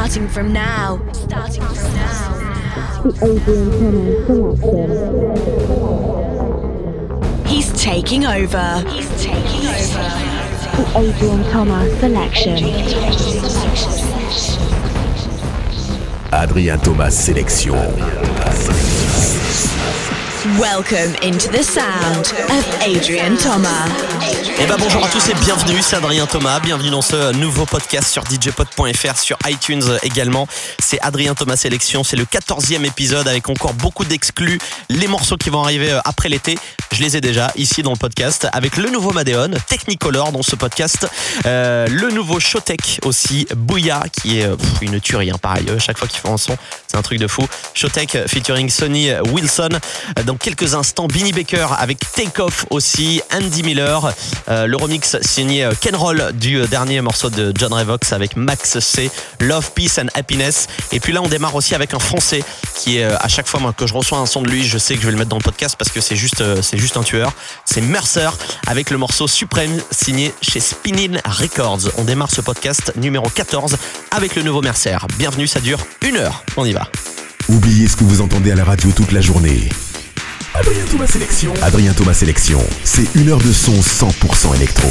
Starting from now. The Adrian Thomas Selection. He's taking over. The Adrian Thomas Selection. Adrien Thomas Sélection. Welcome into the sound of Adrien Thomas. Eh ben bonjour à tous et bienvenue, c'est Adrien Thomas, bienvenue dans ce nouveau podcast sur djpod.fr, sur iTunes également. C'est Adrien Thomas Sélection, c'est le 14e épisode avec encore beaucoup d'exclus, les morceaux qui vont arriver après l'été. Je les ai déjà ici dans le podcast avec le nouveau Madeon, Technicolor dans ce podcast, le nouveau Showtek aussi, Booyah qui est une tuerie, pareil, chaque fois qu'ils font un son, c'est un truc de fou. Showtek featuring Sonny Wilson. Dans quelques instants, Benny Baker avec Take Off aussi, Andy Miller, le remix signé Ken Roll du dernier morceau de John Revox avec Max C, Love, Peace and Happiness. Et puis là on démarre aussi avec un français qui est à chaque fois moi, que je reçois un son de lui, je sais que je vais le mettre dans le podcast parce que c'est juste un tueur. C'est Mercer avec le morceau Supreme signé chez Spinnin Records. On démarre ce podcast numéro 14 avec le nouveau Mercer. Bienvenue, ça dure 1 heure, on y va. Oubliez ce que vous entendez à la radio toute la journée. Adrien Thomas Sélection. Adrien Thomas Sélection, c'est 1 heure de son 100% électro.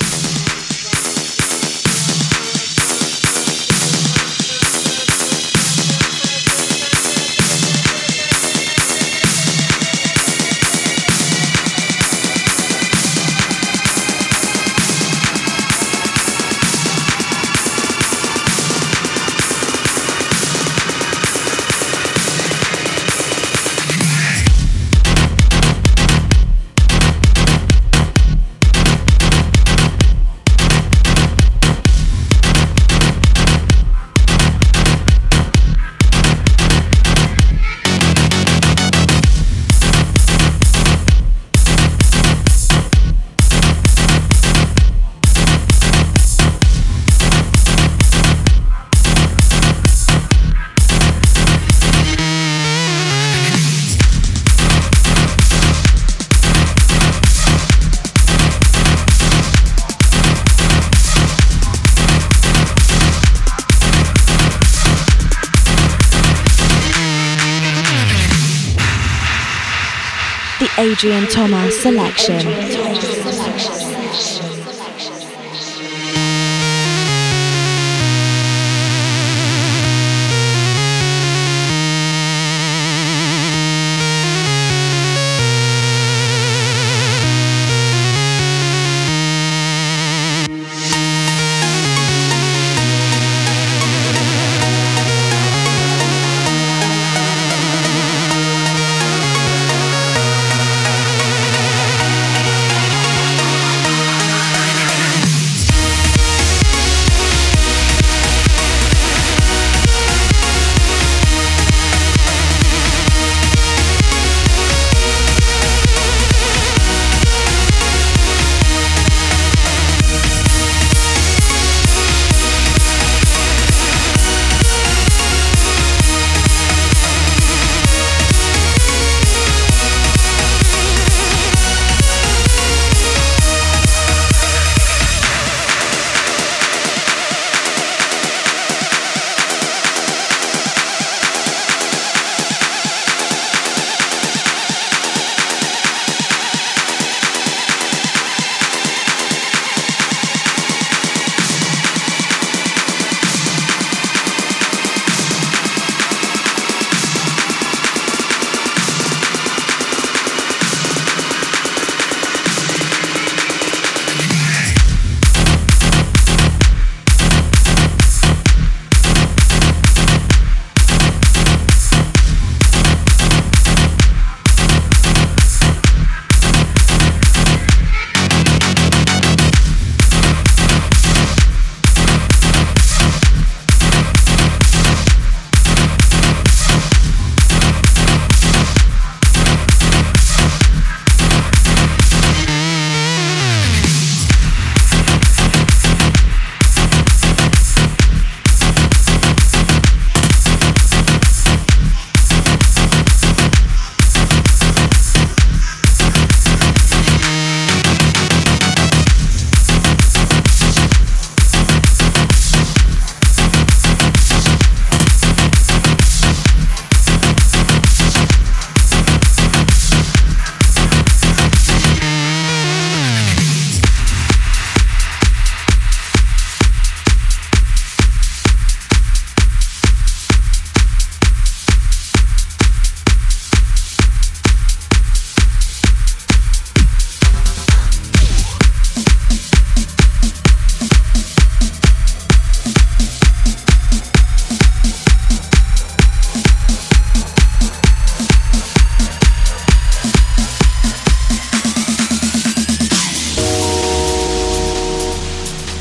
Adrian Thomas Selection.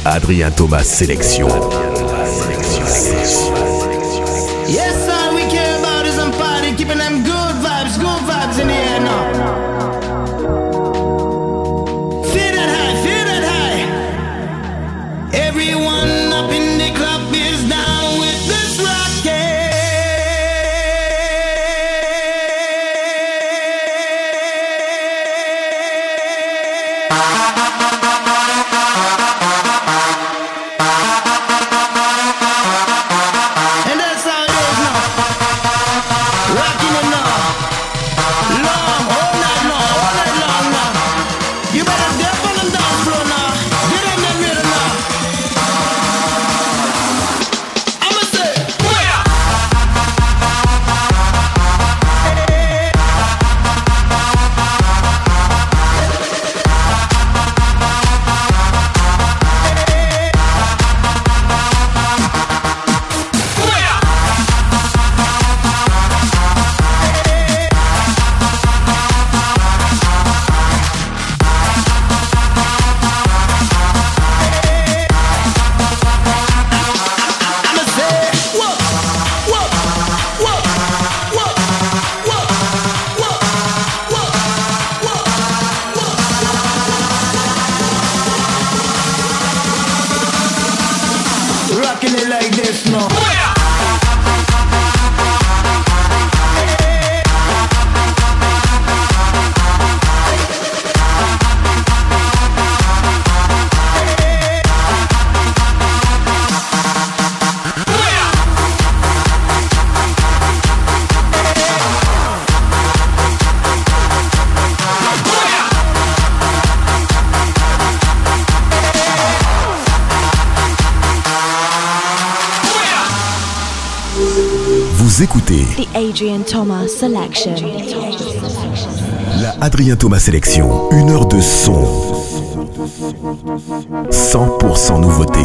Adrien Thomas Sélection. Yes, all we care about is party, keeping them good vibes in the air now. Feel that high. Everyone up in the club is down with this rocket. And that's how it is now. Rocking it now. Long, all night long now. You better dip on the dance floor now. Get on that rhythm now. I'ma say, rocking it like this now. Vous écoutez The Adrian Thomas Selection. la Adrien Thomas Sélection. 1 heure de son. 100% nouveauté.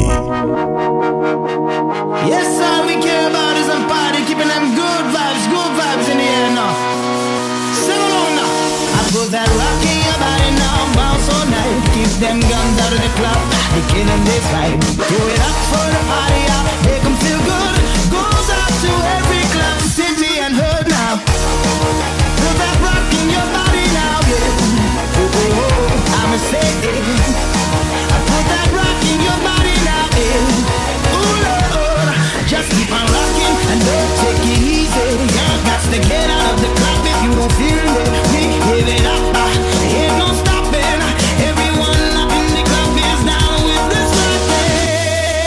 Yes, all we care about is party, keeping them good vibes in the air now. Sing along now. I put that rock in your body now, bounce all night. Keep them guns out of the club, they killing this vibe. Do it up for the party out, make them feel good. Goes out to every club, city and hood now. Put that rock in your body now, yeah. Oh, oh, oh, I'ma say it. I put that rock in your body now, yeah. Ooh, Lord, just keep on rocking and don't take it easy. You got to get out of the club if you don't feel it. We give it up, ain't no stopping. Everyone up in the club is down with this rocket.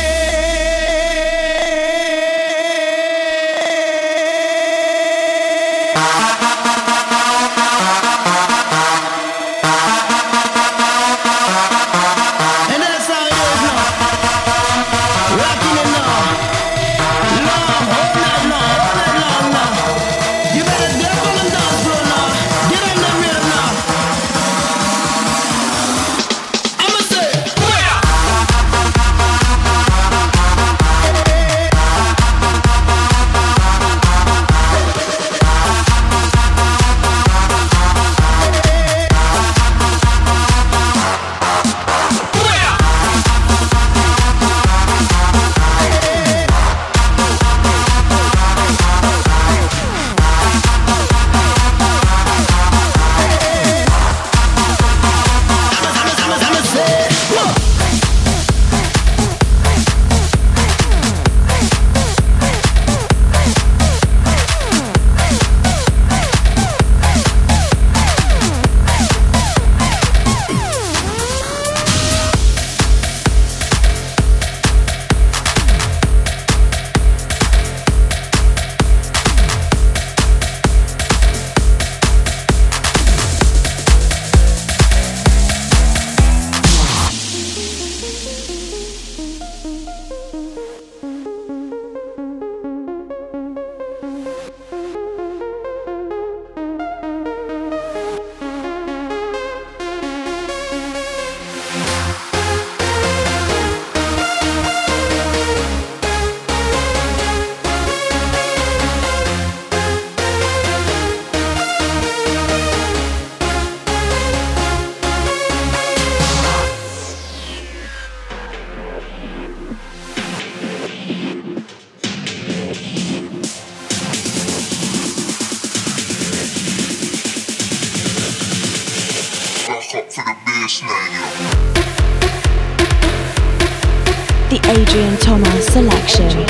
The Adrian Thomas Selection.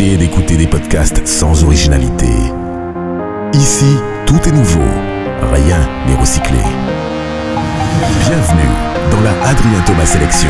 arrêter d'écouter des podcasts sans originalité. Ici, tout est nouveau. Rien n'est recyclé. Bienvenue dans la Adrien Thomas Sélection.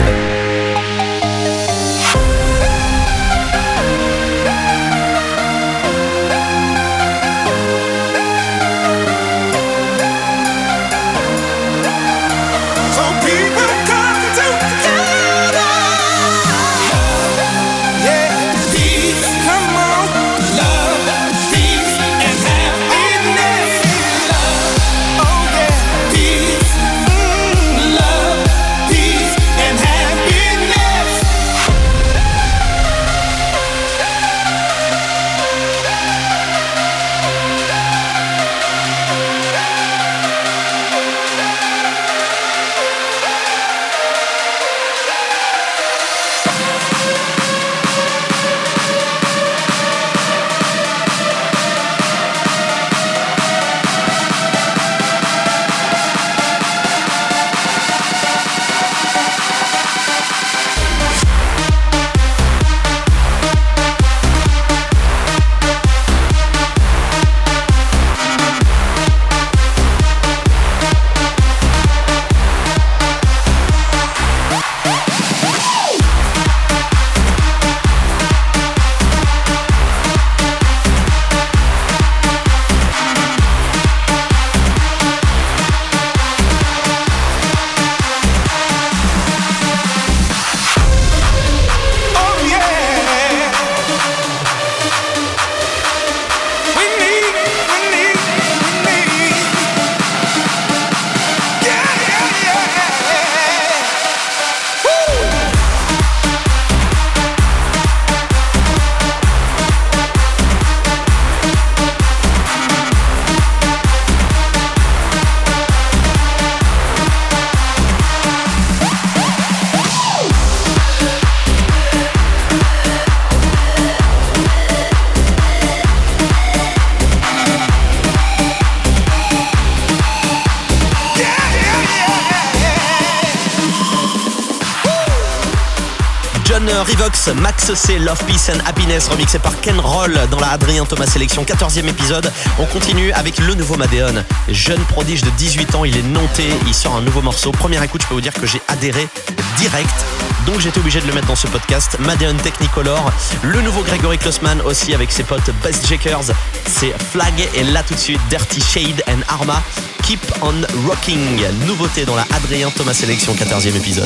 Revox, Max C, Love, Peace and Happiness, remixé par Ken Roll dans la Adrien Thomas Sélection, 14e épisode. On continue avec le nouveau Madeon, jeune prodige de 18 ans, il est nantais, il sort un nouveau morceau. Première écoute, je peux vous dire que j'ai adhéré direct, donc j'étais obligé de le mettre dans ce podcast. Madeon Technicolor, le nouveau Gregory Klossman aussi avec ses potes Best Jakers, c'est Flag, et là tout de suite Dirty Shade and Arma, Keep on Rocking, nouveauté dans la Adrien Thomas Sélection, 14e épisode.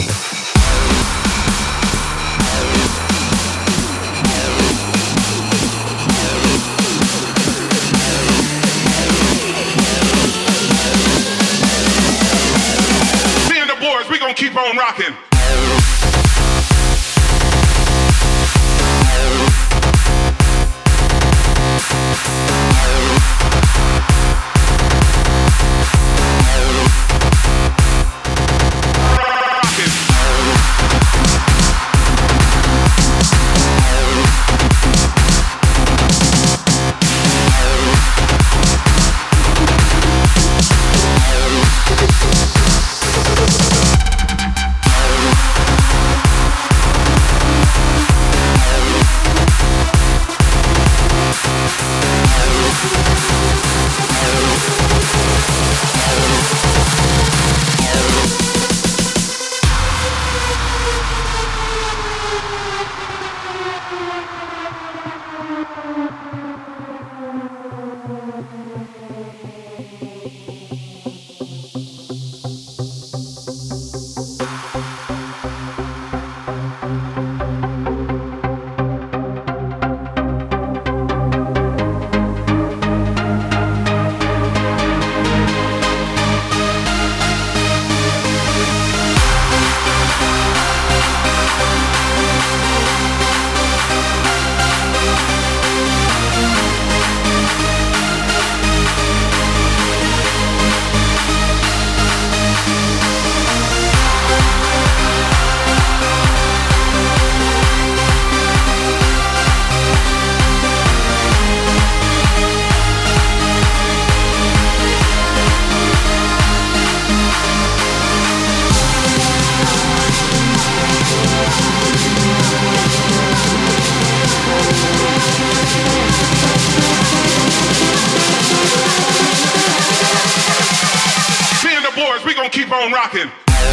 Keep on rocking. words, we gonna keep on rocking.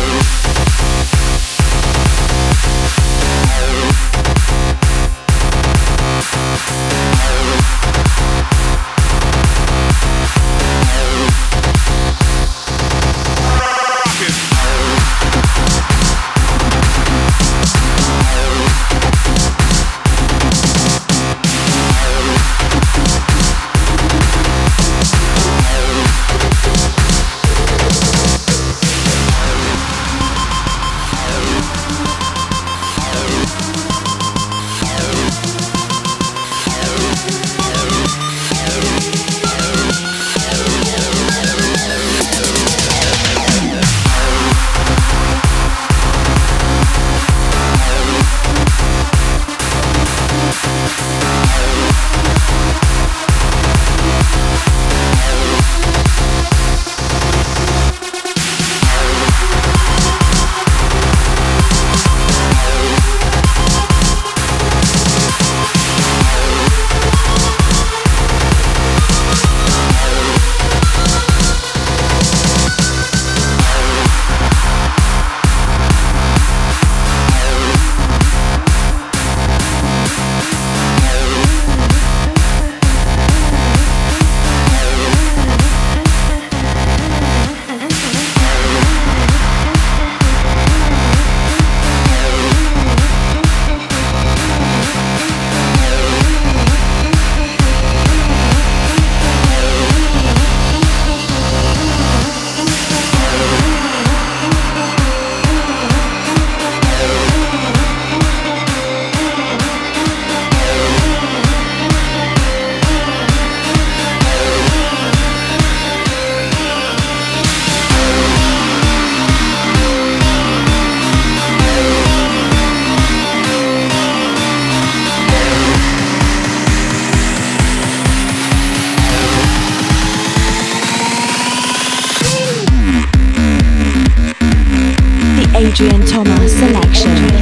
Adrian Thomas Selection.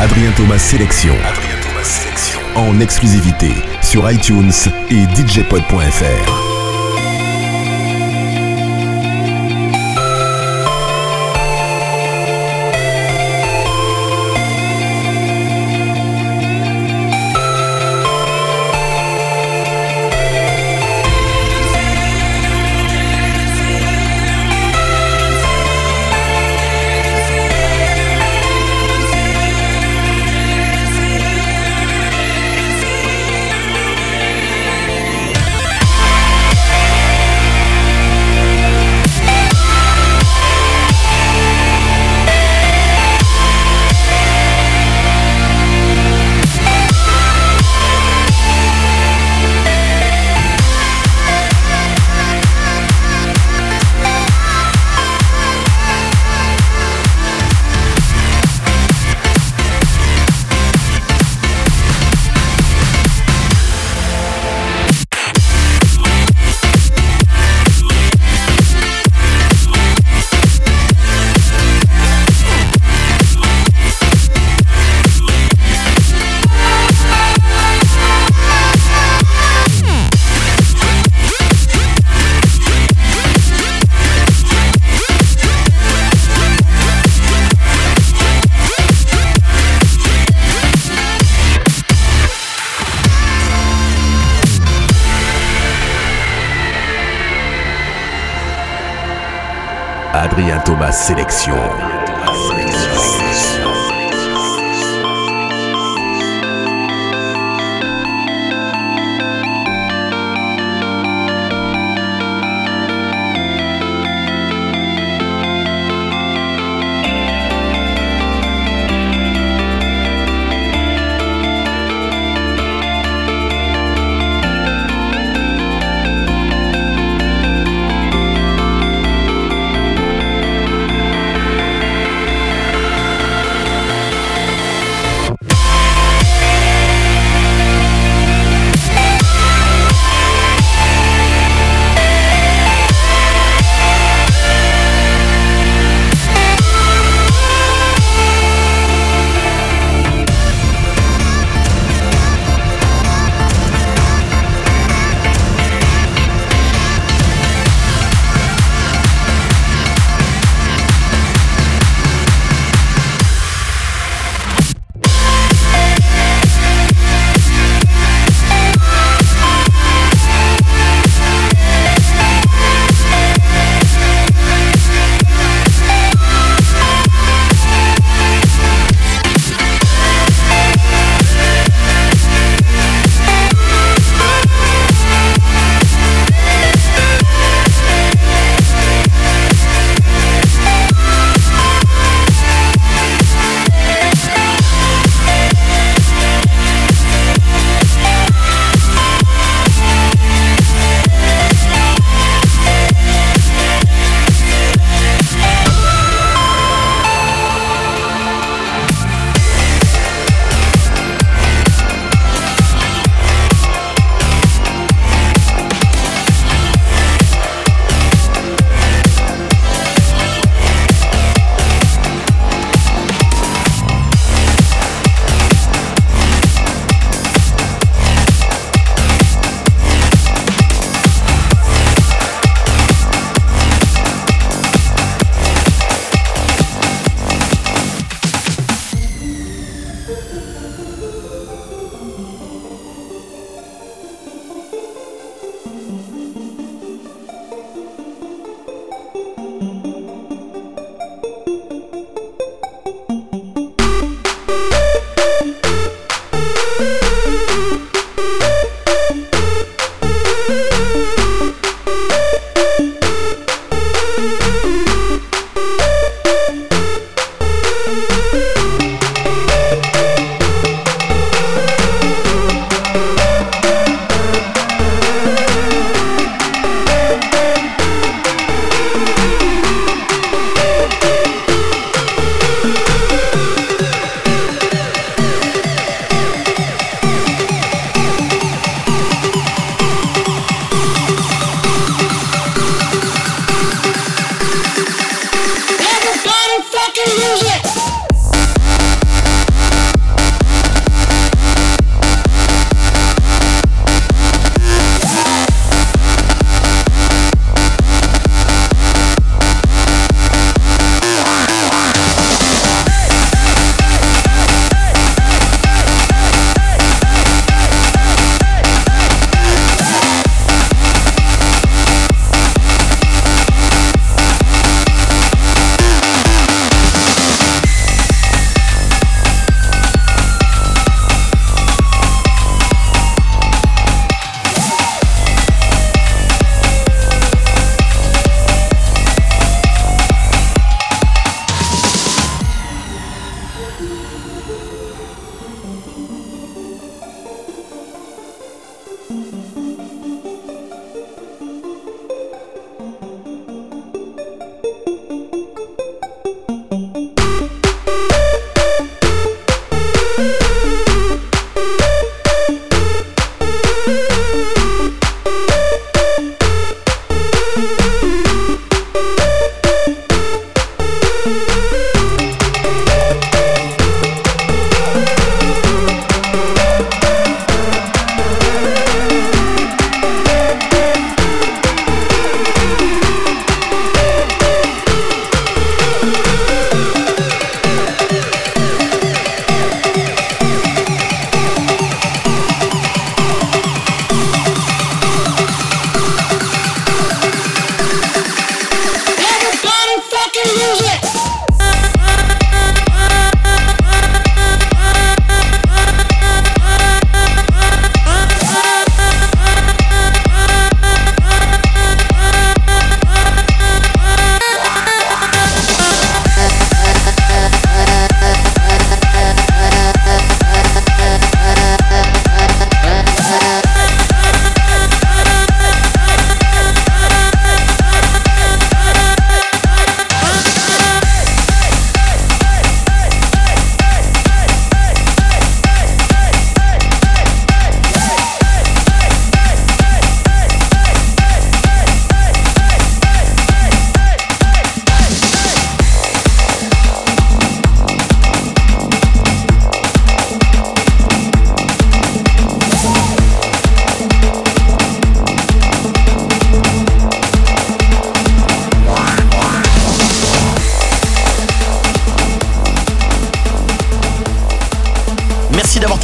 Adrien Thomas Sélection. En exclusivité sur iTunes et djpod.fr. Adrien Thomas Sélection. Everybody fucking use it.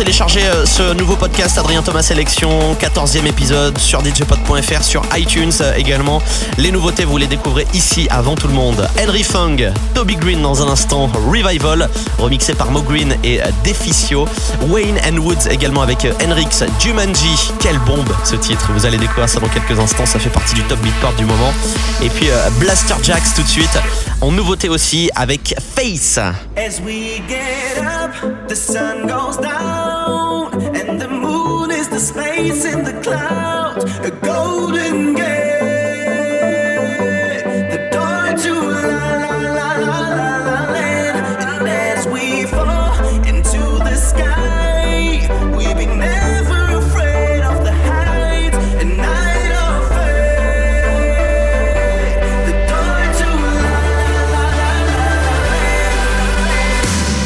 télécharger ce nouveau podcast Adrien Thomas Sélection, 14e épisode sur djpod.fr, sur iTunes également. Les nouveautés, vous les découvrez ici avant tout le monde. Henry Fung, Toby Green dans un instant, Revival, remixé par Mo Green et Deficio. Wayne and Woods également avec Henrix, Jumanji. Quelle bombe ce titre, vous allez découvrir ça dans quelques instants, ça fait partie du top beatport du moment. Et puis Blaster Jacks tout de suite, en nouveauté aussi avec Face. As we get up, the sun goes down, and the moon is the space in the cloud, a golden gate, the door to la la la la la land. And as we fall into the sky, we be never afraid of the heights and night of fate. The door to la la la la land.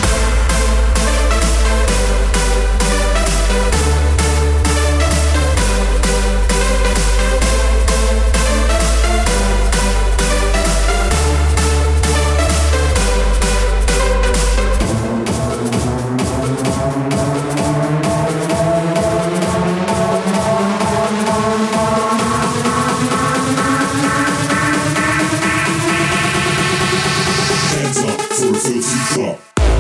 Hands up for a filthy drop.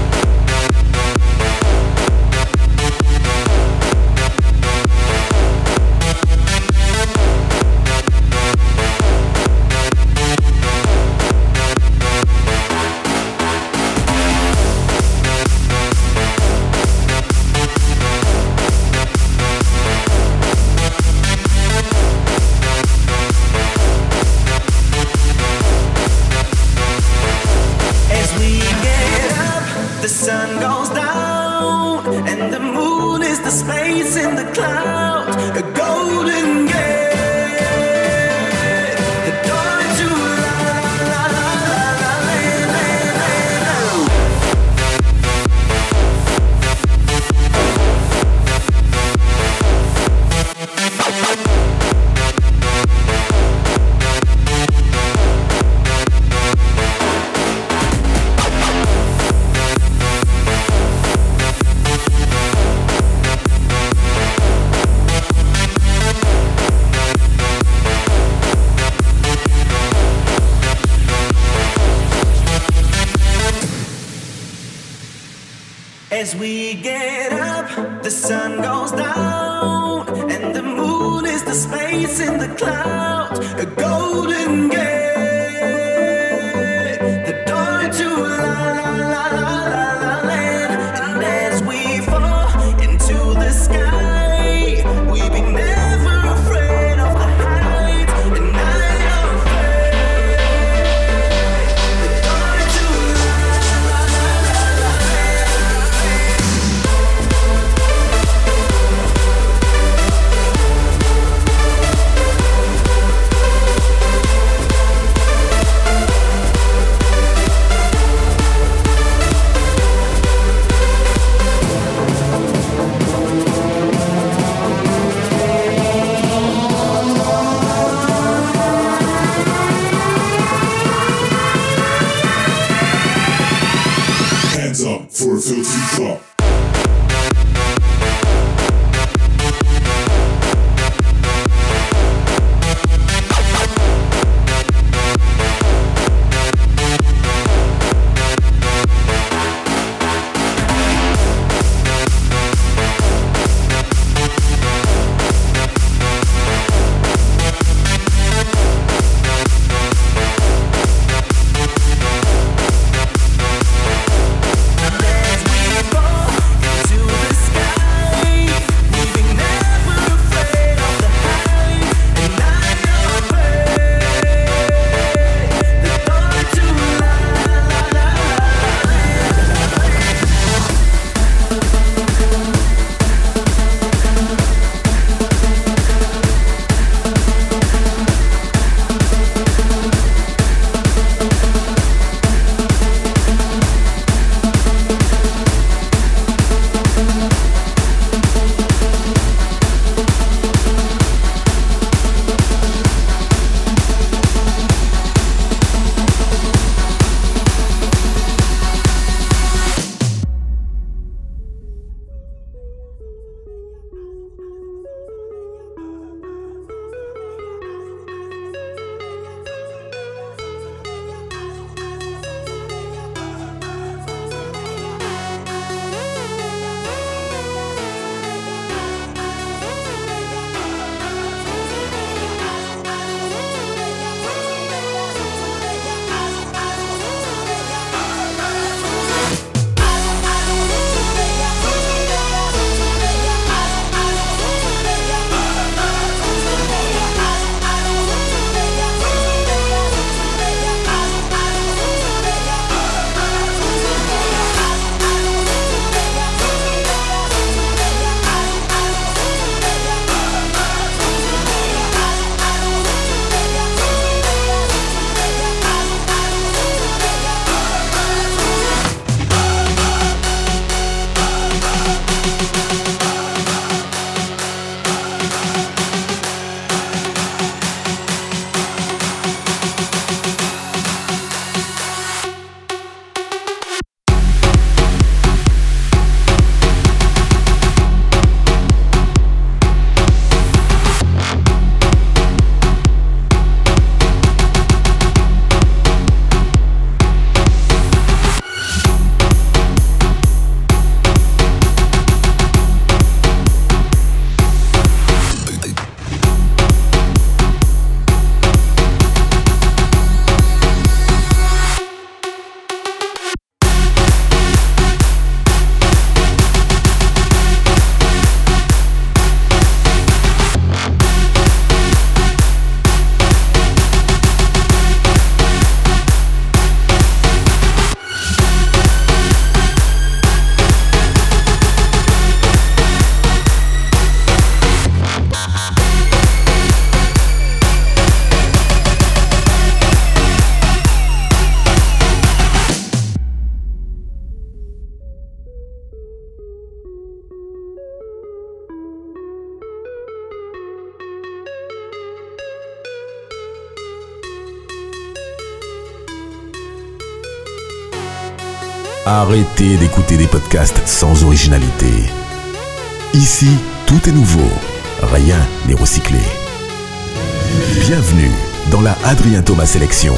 As we get up, the sun goes down, and the moon is the space in the cloud, a golden gate, the door to la la la la la land. As we get up, the sun goes down, and the moon is the space in the cloud, a golden gate, the door to la la la la la land. And as we fall into the sky, we be never afraid of the heights and night of fate. The door to la la la la land. Hands up for a filthy drop. As we fall Arrêtez d'écouter des podcasts sans originalité. Ici, tout est nouveau. Rien n'est recyclé. Bienvenue dans la Adrien Thomas Sélection.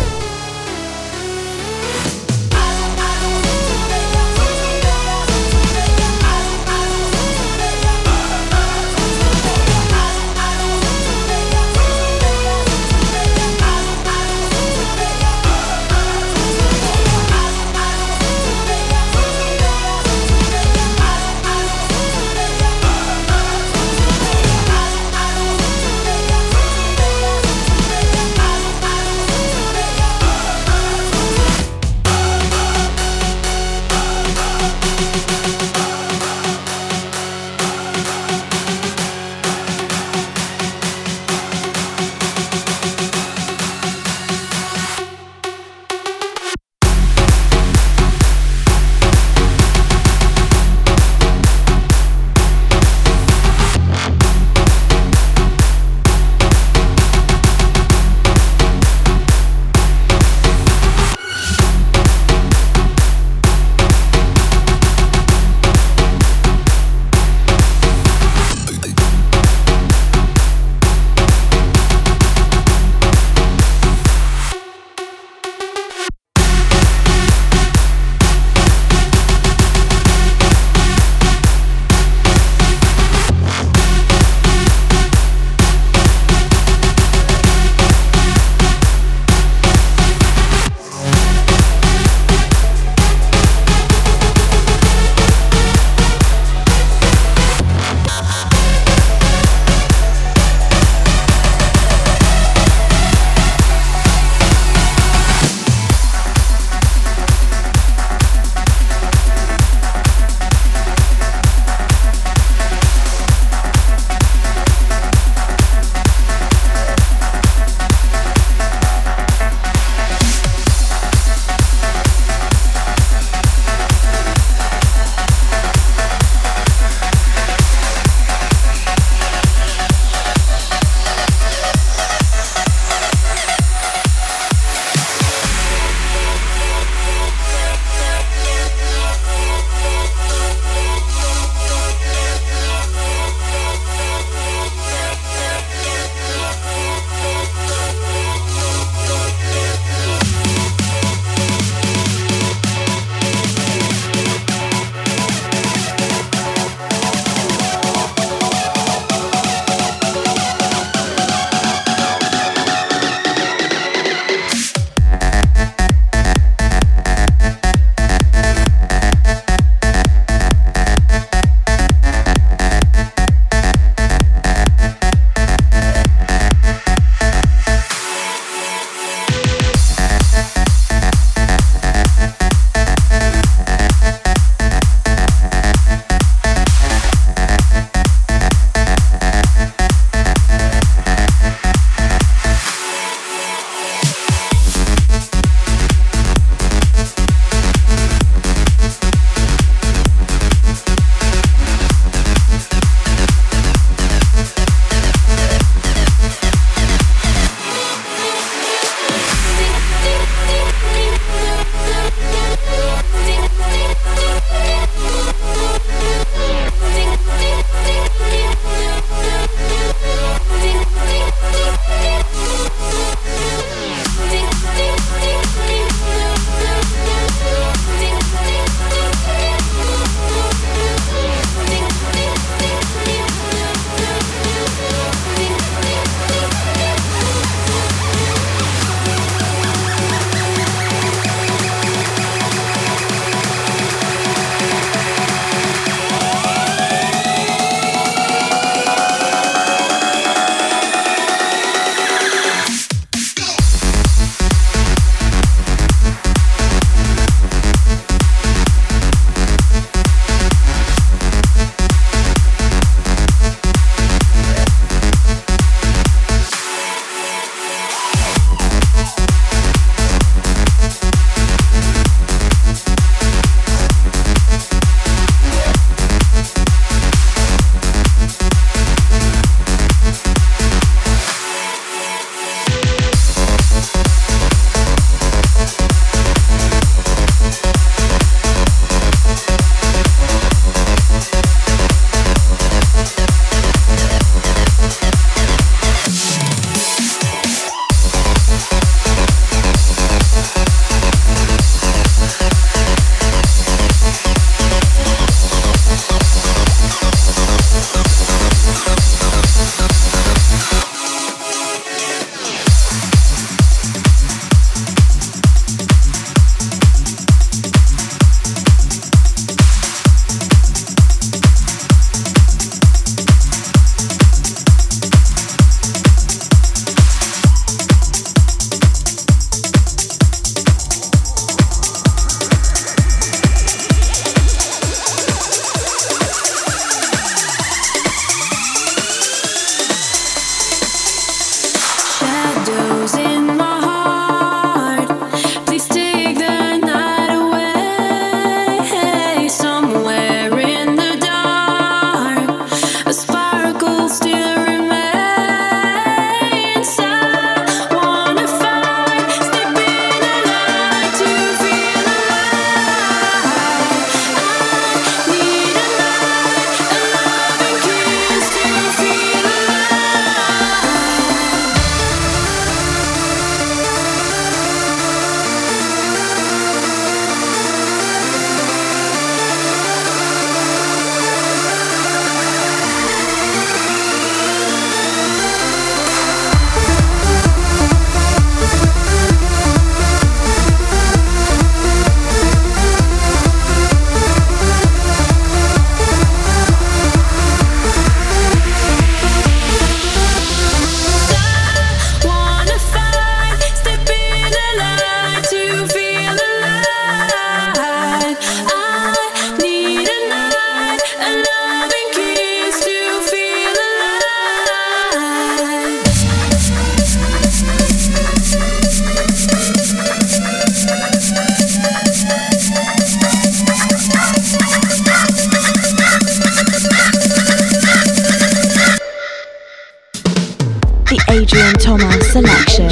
Adrian Thomas selection.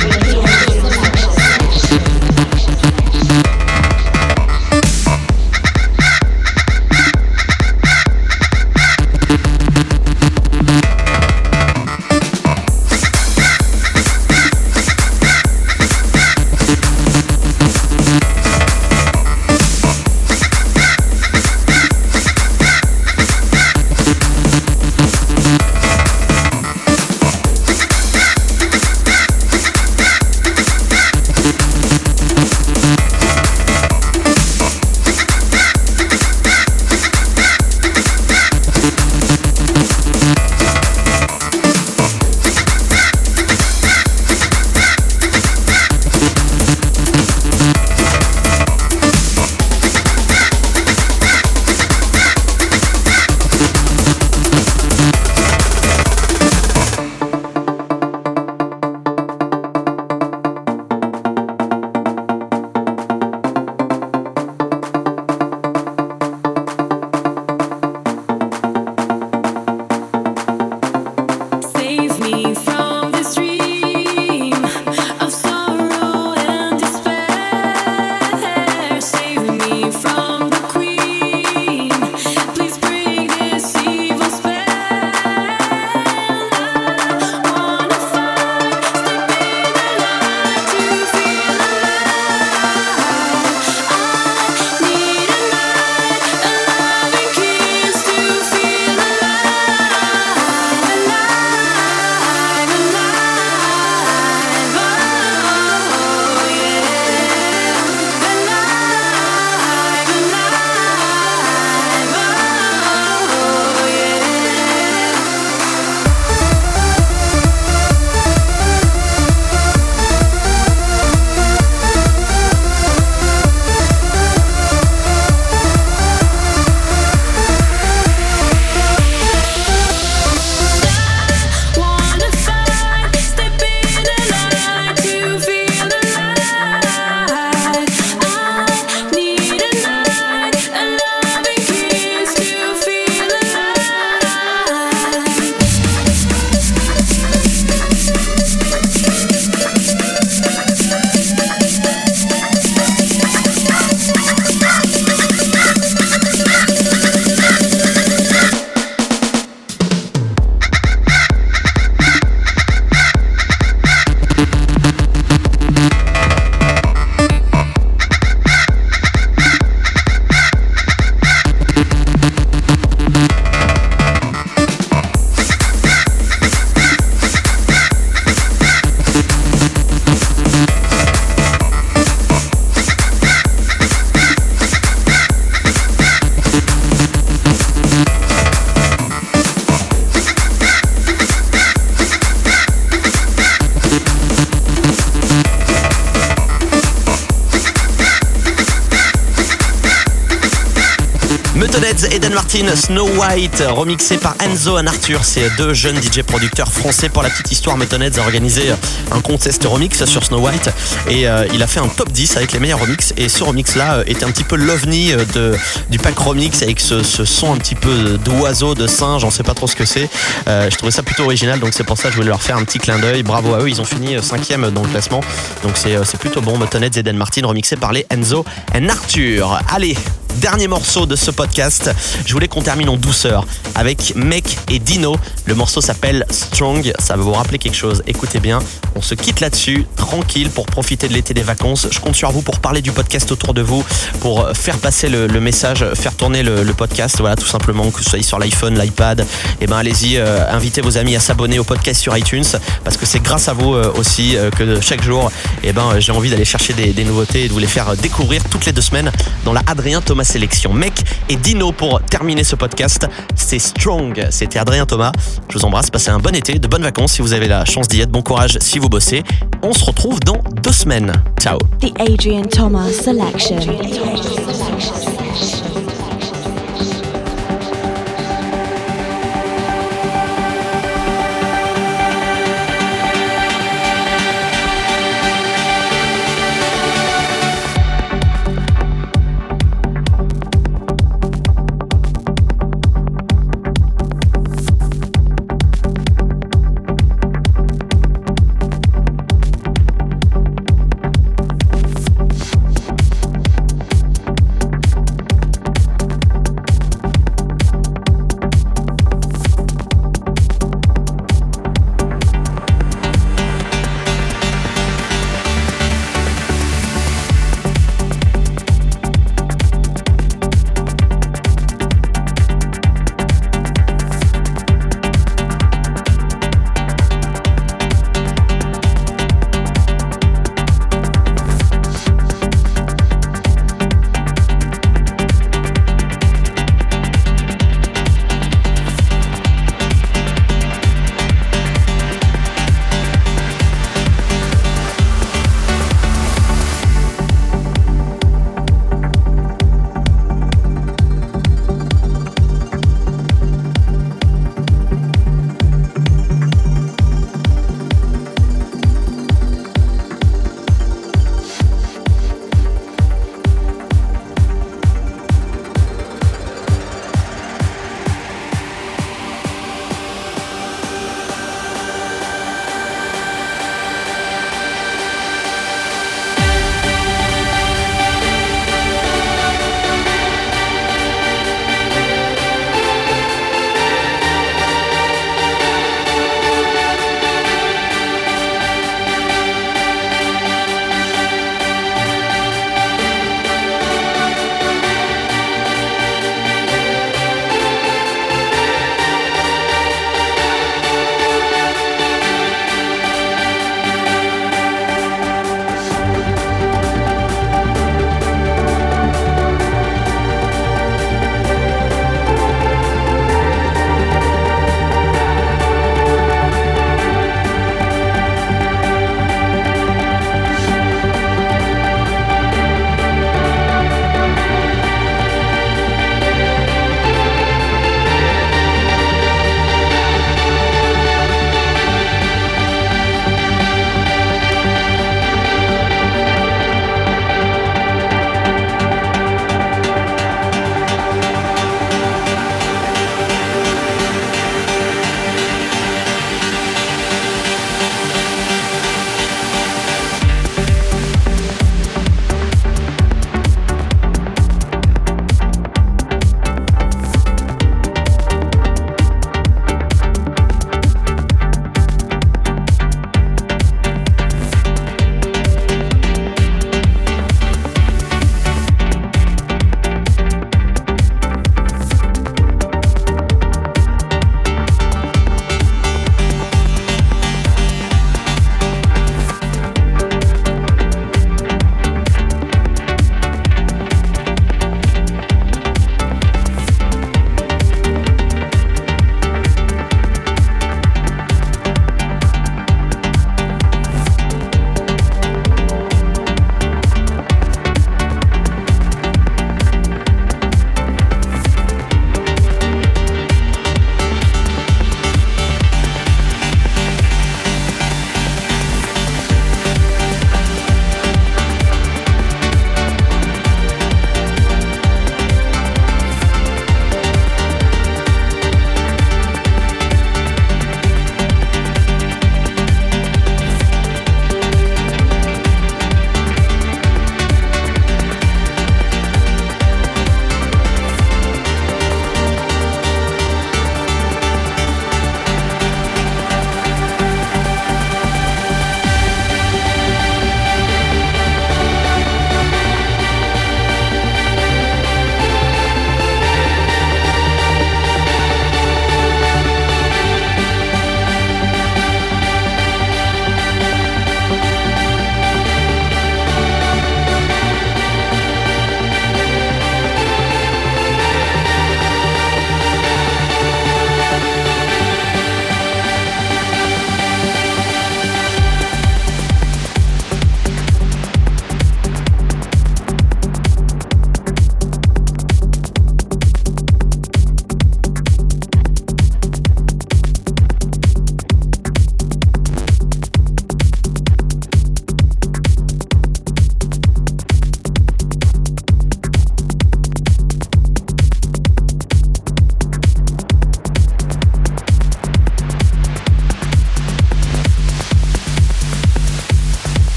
Muttonheads et Dan Martin, Snow White, remixé par Enzo and Arthur. C'est deux jeunes DJ producteurs français. Pour la petite histoire, Muttonheads a organisé un contest remix sur Snow White et il a fait un top 10 avec les meilleurs remixes. Et ce remix-là était un petit peu l'ovni du pack remix avec ce son un petit peu d'oiseau, de singe, on sait pas trop ce que c'est. Je trouvais ça plutôt original, donc c'est pour ça que je voulais leur faire un petit clin d'œil. Bravo à eux, ils ont fini 5e dans le classement. Donc c'est plutôt bon. Muttonheads et Dan Martin, remixé par les Enzo and Arthur. Allez, dernier morceau de ce podcast. Je voulais qu'on termine en douceur avec Mec et Dino. Le morceau s'appelle Strong. Ça va vous rappeler quelque chose. Écoutez bien. On se quitte là-dessus, tranquille, pour profiter de l'été, des vacances. Je compte sur vous pour parler du podcast autour de vous, pour faire passer le message, faire tourner le podcast. Voilà, tout simplement, que ce soit sur l'iPhone, l'iPad. Et ben, allez-y, invitez vos amis à s'abonner au podcast sur iTunes, parce que c'est grâce à vous aussi que chaque jour, et ben, j'ai envie d'aller chercher des nouveautés et de vous les faire découvrir toutes les 2 semaines dans la Adrien Thomas Sélection. Mec et Dino pour terminer ce podcast. C'est Strong. C'était Adrien Thomas. Je vous embrasse. Passez un bon été, de bonnes vacances si vous avez la chance d'y être. Bon courage si vous bossez. On se retrouve dans 2 semaines. Ciao. The Adrian Thomas Selection.